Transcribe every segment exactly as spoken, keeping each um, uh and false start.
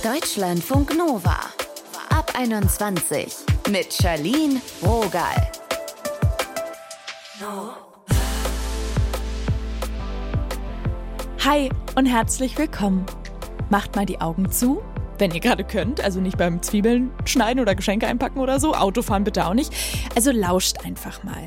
Deutschlandfunk Nova. Ab einundzwanzig mit Charlene Rogal. Hi und herzlich willkommen. Macht mal die Augen zu, wenn ihr gerade könnt. Also nicht beim Zwiebeln schneiden oder Geschenke einpacken oder so. Autofahren bitte auch nicht. Also lauscht einfach mal.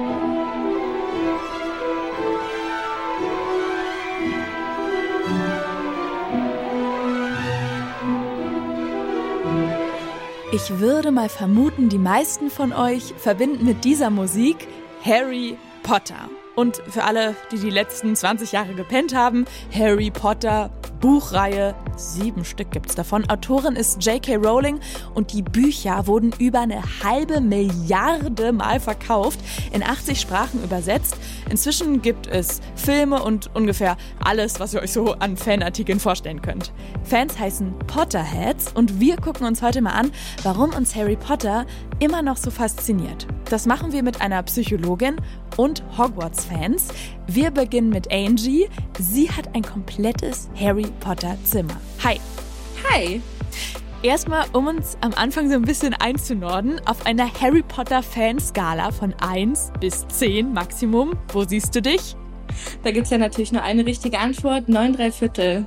Ich würde mal vermuten, die meisten von euch verbinden mit dieser Musik Harry Potter. Und für alle, die die letzten zwanzig Jahre gepennt haben, Harry Potter, Buchreihe, sieben Stück gibt's davon. Autorin ist J K Rowling und die Bücher wurden über eine halbe Milliarde Mal verkauft, in achtzig Sprachen übersetzt. Inzwischen gibt es Filme und ungefähr alles, was ihr euch so an Fanartikeln vorstellen könnt. Fans heißen Potterheads und wir gucken uns heute mal an, warum uns Harry Potter immer noch so fasziniert. Das machen wir mit einer Psychologin und Hogwarts-Fans. Wir beginnen mit Angie. Sie hat ein komplettes Harry Potter-Zimmer. Hi. Hi. Erstmal, um uns am Anfang so ein bisschen einzunorden, auf einer Harry Potter-Fanskala von eins bis zehn Maximum, wo siehst du dich? Da gibt es ja natürlich nur eine richtige Antwort, neun drei Viertel.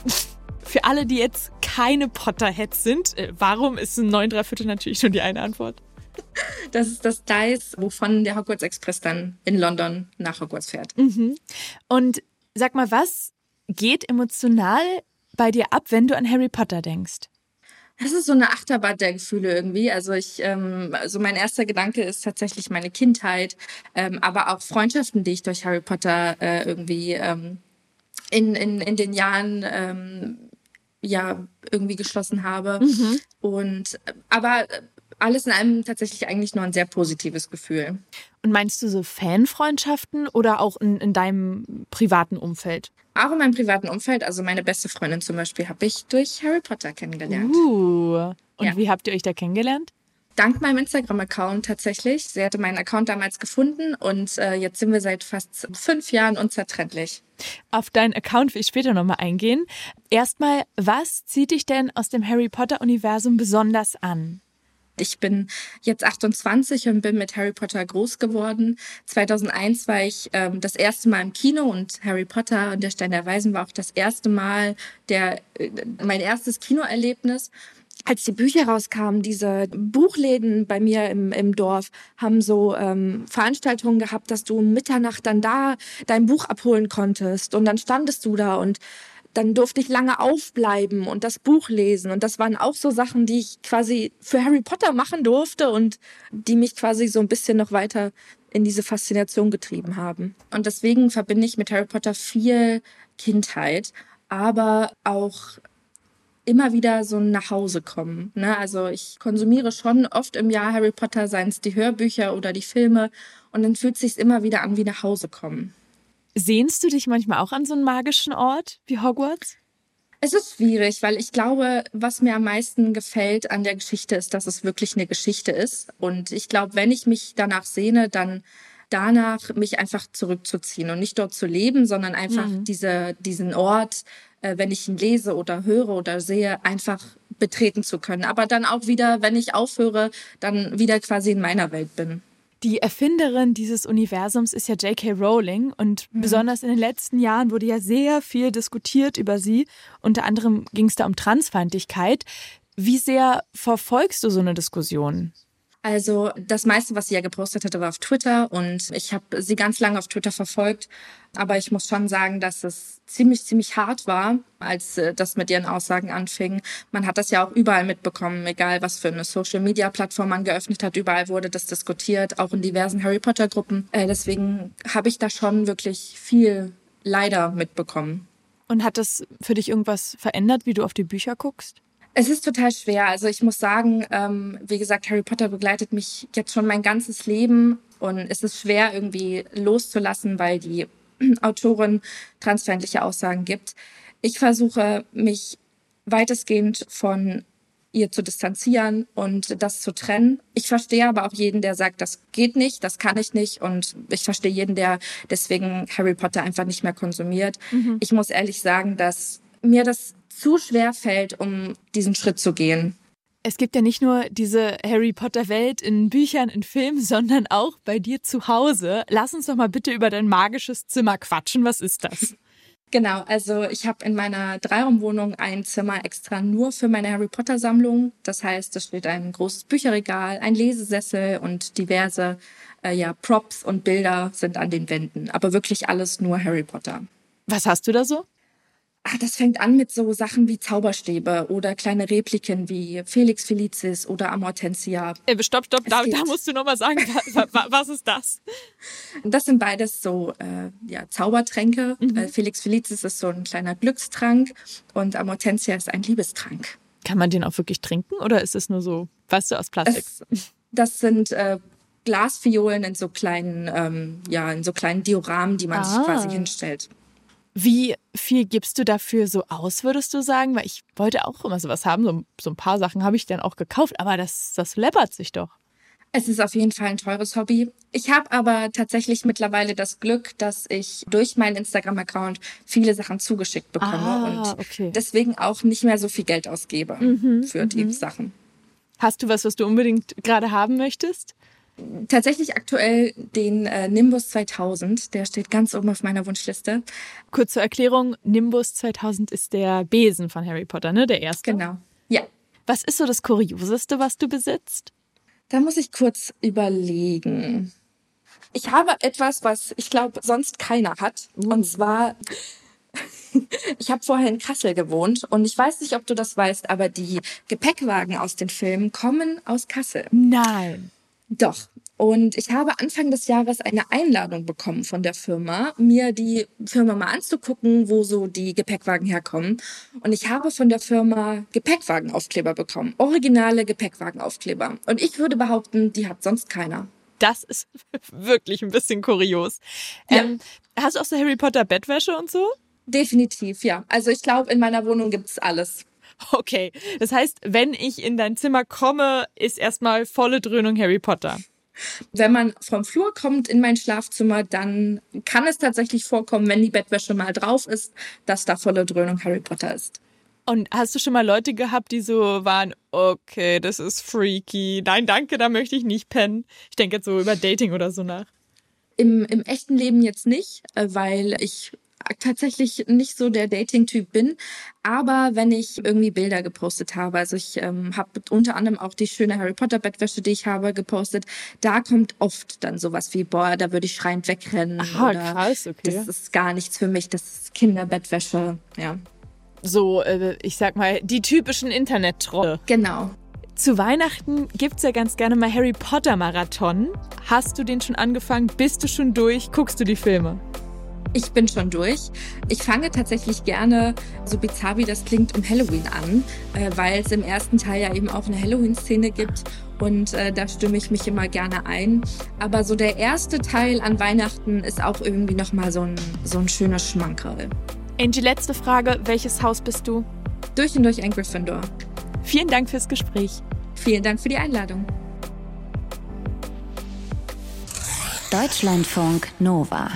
Für alle, die jetzt keine Potterheads sind, warum ist ein neun drei Viertel natürlich nur die eine Antwort? Das ist das Gleis, wovon der Hogwarts Express dann in London nach Hogwarts fährt. Mhm. Und sag mal, was geht emotional bei dir ab, wenn du an Harry Potter denkst? Das ist so eine Achterbahn der Gefühle irgendwie. Also ich, ähm, also mein erster Gedanke ist tatsächlich meine Kindheit, ähm, aber auch Freundschaften, die ich durch Harry Potter äh, irgendwie ähm, in, in, in den Jahren ähm, ja irgendwie geschlossen habe. Mhm. Und aber alles in allem tatsächlich eigentlich nur ein sehr positives Gefühl. Und meinst du so Fanfreundschaften oder auch in, in deinem privaten Umfeld? Auch in meinem privaten Umfeld. Also meine beste Freundin zum Beispiel habe ich durch Harry Potter kennengelernt. Uh, und ja. Wie habt ihr euch da kennengelernt? Dank meinem Instagram-Account tatsächlich. Sie hatte meinen Account damals gefunden und äh, jetzt sind wir seit fast fünf Jahren unzertrennlich. Auf deinen Account will ich später nochmal eingehen. Erstmal, was zieht dich denn aus dem Harry Potter-Universum besonders an? Ich bin jetzt achtundzwanzig und bin mit Harry Potter groß geworden. zweitausendeins war ich ähm, das erste Mal im Kino und Harry Potter und der Stein der Weisen war auch das erste Mal der äh, mein erstes Kinoerlebnis. Als die Bücher rauskamen, diese Buchläden bei mir im, im Dorf haben so ähm, Veranstaltungen gehabt, dass du um Mitternacht dann da dein Buch abholen konntest und dann standest du da und dann durfte ich lange aufbleiben und das Buch lesen. Und das waren auch so Sachen, die ich quasi für Harry Potter machen durfte und die mich quasi so ein bisschen noch weiter in diese Faszination getrieben haben. Und deswegen verbinde ich mit Harry Potter viel Kindheit, aber auch immer wieder so ein Nachhausekommen. Ne? Also ich konsumiere schon oft im Jahr Harry Potter, seien es die Hörbücher oder die Filme. Und dann fühlt es sich immer wieder an wie nach Hause kommen. Sehnst du dich manchmal auch an so einen magischen Ort wie Hogwarts? Es ist schwierig, weil ich glaube, was mir am meisten gefällt an der Geschichte ist, dass es wirklich eine Geschichte ist. Und ich glaube, wenn ich mich danach sehne, dann danach mich einfach zurückzuziehen und nicht dort zu leben, sondern einfach mhm. diese, diesen Ort, äh, wenn ich ihn lese oder höre oder sehe, einfach betreten zu können. Aber dann auch wieder, wenn ich aufhöre, dann wieder quasi in meiner Welt bin. Die Erfinderin dieses Universums ist ja J K Rowling und mhm. besonders in den letzten Jahren wurde ja sehr viel diskutiert über sie. Unter anderem ging es da um Transfeindlichkeit. Wie sehr verfolgst du so eine Diskussion? Also das meiste, was sie ja gepostet hatte, war auf Twitter und ich habe sie ganz lange auf Twitter verfolgt. Aber ich muss schon sagen, dass es ziemlich, ziemlich hart war, als das mit ihren Aussagen anfing. Man hat das ja auch überall mitbekommen, egal was für eine Social-Media-Plattform man geöffnet hat. Überall wurde das diskutiert, auch in diversen Harry-Potter-Gruppen. Äh, deswegen habe ich da schon wirklich viel leider mitbekommen. Und hat das für dich irgendwas verändert, wie du auf die Bücher guckst? Es ist total schwer. Also ich muss sagen, ähm, wie gesagt, Harry Potter begleitet mich jetzt schon mein ganzes Leben und es ist schwer irgendwie loszulassen, weil die Autorin transfeindliche Aussagen gibt. Ich versuche mich weitestgehend von ihr zu distanzieren und das zu trennen. Ich verstehe aber auch jeden, der sagt, das geht nicht, das kann ich nicht und ich verstehe jeden, der deswegen Harry Potter einfach nicht mehr konsumiert. Mhm. Ich muss ehrlich sagen, dass mir das zu schwer fällt, um diesen Schritt zu gehen. Es gibt ja nicht nur diese Harry Potter-Welt in Büchern, in Filmen, sondern auch bei dir zu Hause. Lass uns doch mal bitte über dein magisches Zimmer quatschen. Was ist das? Genau, also ich habe in meiner Dreiraumwohnung ein Zimmer extra nur für meine Harry Potter Sammlung. Das heißt, da steht ein großes Bücherregal, ein Lesesessel und diverse äh, ja, Props und Bilder sind an den Wänden. Aber wirklich alles nur Harry Potter. Was hast du da so? Ah, das fängt an mit so Sachen wie Zauberstäbe oder kleine Repliken wie Felix Felicis oder Amortentia. Äh, stopp, stopp, da, da musst du nochmal sagen, wa, wa, was ist das? Das sind beides so äh, ja, Zaubertränke. Mhm. Äh, Felix Felicis ist so ein kleiner Glückstrank und Amortentia ist ein Liebestrank. Kann man den auch wirklich trinken oder ist es nur so, weißt du, aus Plastik? Es, das sind äh, Glasfiolen in so kleinen, ähm, ja, in so kleinen Dioramen, die man ah. sich quasi hinstellt. Wie viel gibst du dafür so aus, würdest du sagen? Weil ich wollte auch immer sowas haben. So, so ein paar Sachen habe ich dann auch gekauft, aber das, das läppert sich doch. Es ist auf jeden Fall ein teures Hobby. Ich habe aber tatsächlich mittlerweile das Glück, dass ich durch meinen Instagram-Account viele Sachen zugeschickt bekomme ah, und okay. deswegen auch nicht mehr so viel Geld ausgebe mhm, für die mhm. Sachen. Hast du was, was du unbedingt gerade haben möchtest? Tatsächlich aktuell den äh, Nimbus zweitausend, der steht ganz oben auf meiner Wunschliste. Kurz zur Erklärung, Nimbus zweitausend ist der Besen von Harry Potter, ne? Der erste? Genau, ja. Was ist so das Kurioseste, was du besitzt? Da muss ich kurz überlegen. Ich habe etwas, was ich glaube sonst keiner hat. Uh. Und zwar, ich habe vorher in Kassel gewohnt und ich weiß nicht, ob du das weißt, aber die Gepäckwagen aus den Filmen kommen aus Kassel. Nein. Doch. Und ich habe Anfang des Jahres eine Einladung bekommen von der Firma, mir die Firma mal anzugucken, wo so die Gepäckwagen herkommen. Und ich habe von der Firma Gepäckwagenaufkleber bekommen. Originale Gepäckwagenaufkleber. Und ich würde behaupten, die hat sonst keiner. Das ist wirklich ein bisschen kurios. Ja. Ähm, hast du auch so Harry Potter Bettwäsche und so? Definitiv, ja. Also ich glaube, in meiner Wohnung gibt's alles. Okay, das heißt, wenn ich in dein Zimmer komme, ist erstmal volle Dröhnung Harry Potter. Wenn man vom Flur kommt in mein Schlafzimmer, dann kann es tatsächlich vorkommen, wenn die Bettwäsche mal drauf ist, dass da volle Dröhnung Harry Potter ist. Und hast du schon mal Leute gehabt, die so waren, okay, das ist freaky, nein, danke, da möchte ich nicht pennen. Ich denke jetzt so über Dating oder so nach. Im, im echten Leben jetzt nicht, weil ich tatsächlich nicht so der Dating-Typ bin, aber wenn ich irgendwie Bilder gepostet habe, also ich ähm, habe unter anderem auch die schöne Harry Potter Bettwäsche, die ich habe, gepostet, da kommt oft dann sowas wie, boah, da würde ich schreiend wegrennen. Aha, oder krass, okay. Das ist gar nichts für mich, das ist Kinderbettwäsche, ja. So, äh, ich sag mal, die typischen Internet-Trolle. Genau. Zu Weihnachten gibt's ja ganz gerne mal Harry Potter Marathon. Hast du den schon angefangen? Bist du schon durch? Guckst du die Filme? Ich bin schon durch. Ich fange tatsächlich gerne, so bizarr wie das klingt, um Halloween an, äh, weil es im ersten Teil ja eben auch eine Halloween-Szene gibt und äh, da stimme ich mich immer gerne ein. Aber so der erste Teil an Weihnachten ist auch irgendwie nochmal so ein, so ein schönes Schmankerl. Angie, letzte Frage. Welches Haus bist du? Durch und durch ein Gryffindor. Vielen Dank fürs Gespräch. Vielen Dank für die Einladung. Deutschlandfunk Nova.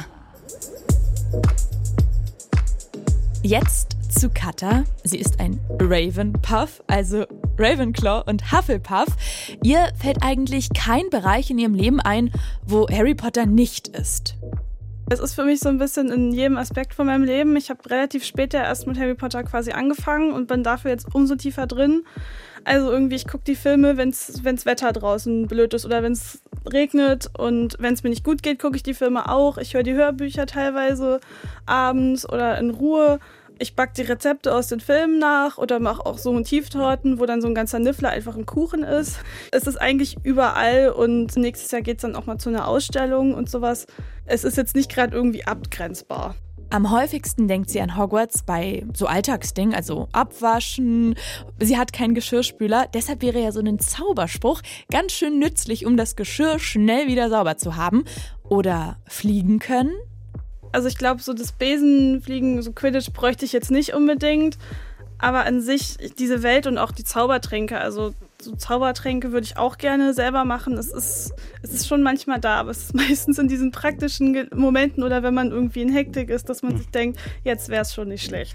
Jetzt zu Katha. Sie ist ein Ravenpuff, also Ravenclaw und Hufflepuff. Ihr fällt eigentlich kein Bereich in ihrem Leben ein, wo Harry Potter nicht ist. Es ist für mich so ein bisschen in jedem Aspekt von meinem Leben. Ich habe relativ spät ja erst mit Harry Potter quasi angefangen und bin dafür jetzt umso tiefer drin. Also irgendwie, ich gucke die Filme, wenn's wenn's Wetter draußen blöd ist oder wenn es regnet. Und wenn es mir nicht gut geht, gucke ich die Filme auch. Ich höre die Hörbücher teilweise abends oder in Ruhe. Ich backe die Rezepte aus den Filmen nach oder mache auch so Motivtorten, wo dann so ein ganzer Niffler einfach ein Kuchen ist. Es ist eigentlich überall und nächstes Jahr geht es dann auch mal zu einer Ausstellung und sowas. Es ist jetzt nicht gerade irgendwie abgrenzbar. Am häufigsten denkt sie an Hogwarts bei so Alltagsdingen, also Abwaschen. Sie hat keinen Geschirrspüler, deshalb wäre ja so ein Zauberspruch ganz schön nützlich, um das Geschirr schnell wieder sauber zu haben. Oder fliegen können. Also ich glaube, so das Besenfliegen, so Quidditch bräuchte ich jetzt nicht unbedingt. Aber an sich diese Welt und auch die Zaubertränke, also so Zaubertränke würde ich auch gerne selber machen. Es ist, es ist schon manchmal da, aber es ist meistens in diesen praktischen Momenten oder wenn man irgendwie in Hektik ist, dass man sich denkt, jetzt wäre es schon nicht schlecht.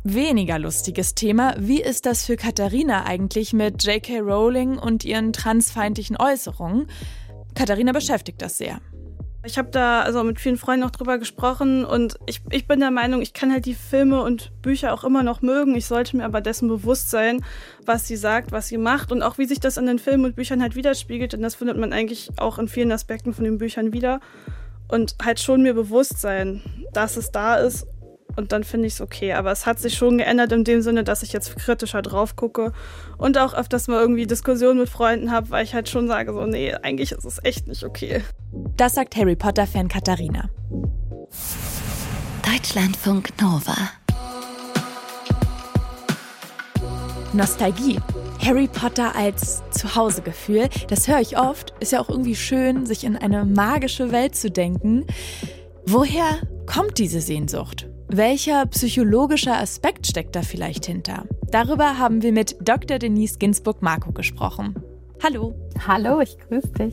weniger lustiges Thema. Wie ist das für Katharina eigentlich mit J K Rowling und ihren transfeindlichen Äußerungen? Katharina beschäftigt das sehr. Ich habe da also mit vielen Freunden auch drüber gesprochen und ich, ich bin der Meinung, ich kann halt die Filme und Bücher auch immer noch mögen. Ich sollte mir aber dessen bewusst sein, was sie sagt, was sie macht und auch wie sich das in den Filmen und Büchern halt widerspiegelt. Und das findet man eigentlich auch in vielen Aspekten von den Büchern wieder. Und halt schon mir bewusst sein, dass es da ist. Und dann finde ich es okay. Aber es hat sich schon geändert in dem Sinne, dass ich jetzt kritischer drauf gucke und auch öfters mal irgendwie Diskussionen mit Freunden habe, weil ich halt schon sage, so nee, eigentlich ist es echt nicht okay. Das sagt Harry Potter-Fan Katharina. Deutschlandfunk Nova. Nostalgie. Harry Potter als Zuhausegefühl. Das höre ich oft. Ist ja auch irgendwie schön, sich in eine magische Welt zu denken. Woher kommt diese Sehnsucht? Welcher psychologischer Aspekt steckt da vielleicht hinter? Darüber haben wir mit Doktor Denise Ginsburg-Marco gesprochen. Hallo. Hallo, ich grüße dich.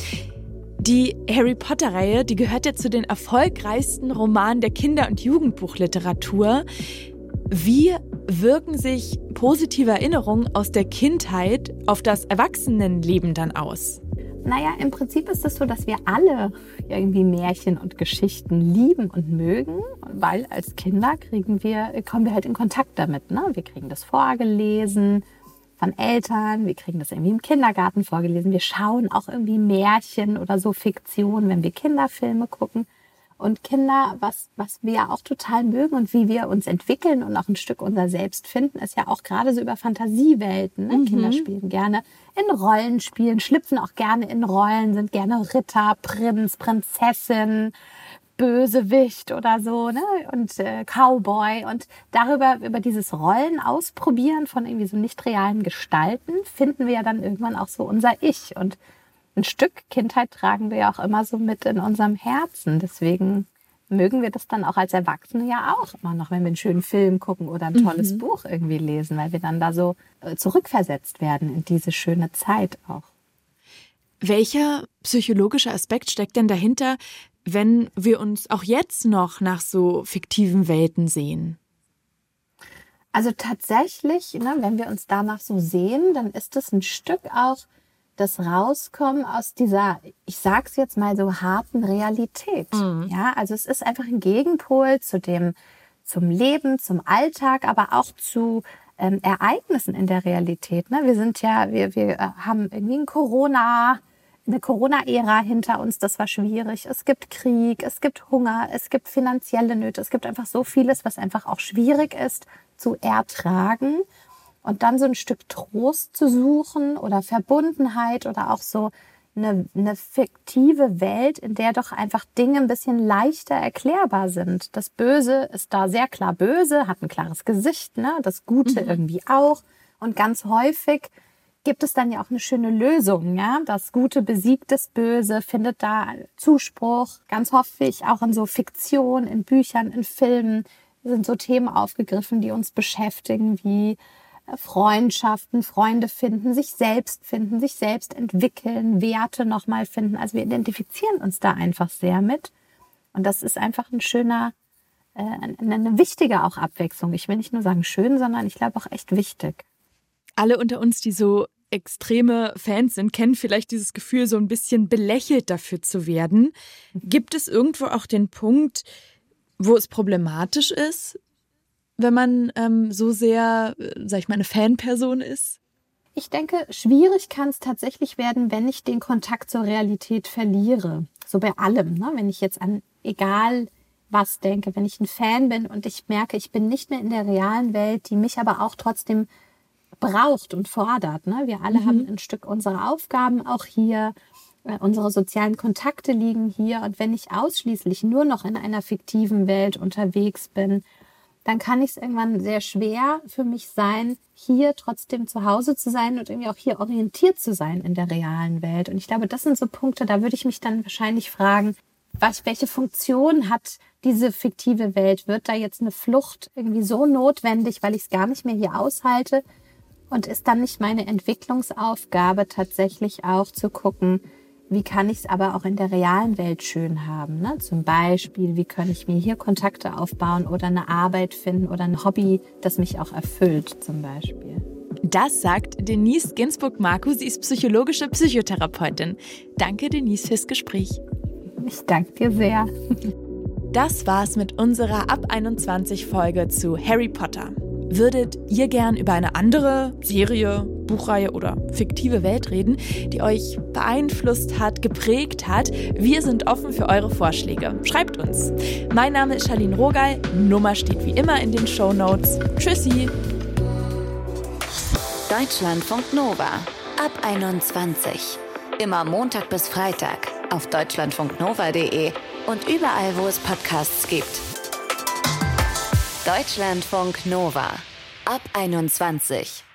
Die Harry Potter-Reihe, die gehört ja zu den erfolgreichsten Romanen der Kinder- und Jugendbuchliteratur. Wie wirken sich positive Erinnerungen aus der Kindheit auf das Erwachsenenleben dann aus? Naja, im Prinzip ist es so, dass wir alle irgendwie Märchen und Geschichten lieben und mögen, weil als Kinder kriegen wir, kommen wir halt in Kontakt damit. Ne? Wir kriegen das vorgelesen von Eltern, wir kriegen das irgendwie im Kindergarten vorgelesen. Wir schauen auch irgendwie Märchen oder so Fiktion, wenn wir Kinderfilme gucken. Und Kinder, was, was wir ja auch total mögen und wie wir uns entwickeln und auch ein Stück unser Selbst finden, ist ja auch gerade so über Fantasiewelten. Ne? Mhm. Kinder spielen gerne in Rollenspielen, schlüpfen auch gerne in Rollen, sind gerne Ritter, Prinz, Prinzessin, Bösewicht oder so, ne? Und äh, Cowboy. Und darüber, über dieses Rollen ausprobieren von irgendwie so nicht realen Gestalten, finden wir ja dann irgendwann auch so unser Ich. Und ein Stück Kindheit tragen wir ja auch immer so mit in unserem Herzen. Deswegen mögen wir das dann auch als Erwachsene ja auch immer noch, wenn wir einen schönen Film gucken oder ein tolles mhm. Buch irgendwie lesen, weil wir dann da so zurückversetzt werden in diese schöne Zeit auch. Welcher psychologische Aspekt steckt denn dahinter, wenn wir uns auch jetzt noch nach so fiktiven Welten sehen? Also tatsächlich, ne, wenn wir uns danach so sehen, dann ist es ein Stück auch das Rauskommen aus dieser, ich sag's jetzt mal so, harten Realität. Mhm. Ja, also es ist einfach ein Gegenpol zu dem, zum Leben, zum Alltag, aber auch zu ähm, Ereignissen in der Realität. Ne? Wir sind ja, wir, wir haben irgendwie ein Corona, eine Corona-Ära hinter uns, das war schwierig. Es gibt Krieg, es gibt Hunger, es gibt finanzielle Nöte, es gibt einfach so vieles, was einfach auch schwierig ist zu ertragen. Und dann so ein Stück Trost zu suchen oder Verbundenheit oder auch so eine, eine fiktive Welt, in der doch einfach Dinge ein bisschen leichter erklärbar sind. Das Böse ist da sehr klar böse, hat ein klares Gesicht, ne? Das Gute mhm. irgendwie auch. Und ganz häufig gibt es dann ja auch eine schöne Lösung. Ja? Das Gute besiegt das Böse, findet da Zuspruch. Ganz häufig auch in so Fiktion, in Büchern, in Filmen sind so Themen aufgegriffen, die uns beschäftigen, wie Freundschaften, Freunde finden, sich selbst finden, sich selbst entwickeln, Werte nochmal finden. Also wir identifizieren uns da einfach sehr mit. Und das ist einfach ein schöner, äh, eine wichtige auch Abwechslung. Ich will nicht nur sagen schön, sondern ich glaube auch echt wichtig. Alle unter uns, die so extreme Fans sind, kennen vielleicht dieses Gefühl, so ein bisschen belächelt dafür zu werden. Gibt es irgendwo auch den Punkt, wo es problematisch ist, wenn man ähm, so sehr, sag ich mal, eine Fanperson ist? Ich denke, schwierig kann es tatsächlich werden, wenn ich den Kontakt zur Realität verliere. So bei allem, ne? Wenn ich jetzt an egal was denke, wenn ich ein Fan bin und ich merke, ich bin nicht mehr in der realen Welt, die mich aber auch trotzdem braucht und fordert. Ne? Wir alle mhm. haben ein Stück unserer Aufgaben auch hier. Unsere sozialen Kontakte liegen hier. Und wenn ich ausschließlich nur noch in einer fiktiven Welt unterwegs bin, dann kann ich es irgendwann sehr schwer für mich sein, hier trotzdem zu Hause zu sein und irgendwie auch hier orientiert zu sein in der realen Welt. Und ich glaube, das sind so Punkte, da würde ich mich dann wahrscheinlich fragen, was, welche Funktion hat diese fiktive Welt? Wird da jetzt eine Flucht irgendwie so notwendig, weil ich es gar nicht mehr hier aushalte? Und ist dann nicht meine Entwicklungsaufgabe tatsächlich auch zu gucken, wie kann ich es aber auch in der realen Welt schön haben? Ne? Zum Beispiel, wie kann ich mir hier Kontakte aufbauen oder eine Arbeit finden oder ein Hobby, das mich auch erfüllt zum Beispiel. Das sagt Denise Ginsburg-Marku. Sie ist psychologische Psychotherapeutin. Danke, Denise, fürs Gespräch. Ich danke dir sehr. Das war's mit unserer Ab einundzwanzig Folge zu Harry Potter. Würdet ihr gern über eine andere Serie, Buchreihe oder fiktive Welt reden, die euch beeinflusst hat, geprägt hat? Wir sind offen für eure Vorschläge. Schreibt uns. Mein Name ist Charlene Rogal. Nummer steht wie immer in den Shownotes. Tschüssi. Deutschlandfunk Nova. Ab einundzwanzig. Immer Montag bis Freitag auf deutschlandfunknova punkt de und überall, wo es Podcasts gibt. Deutschlandfunk Nova. Ab einundzwanzig.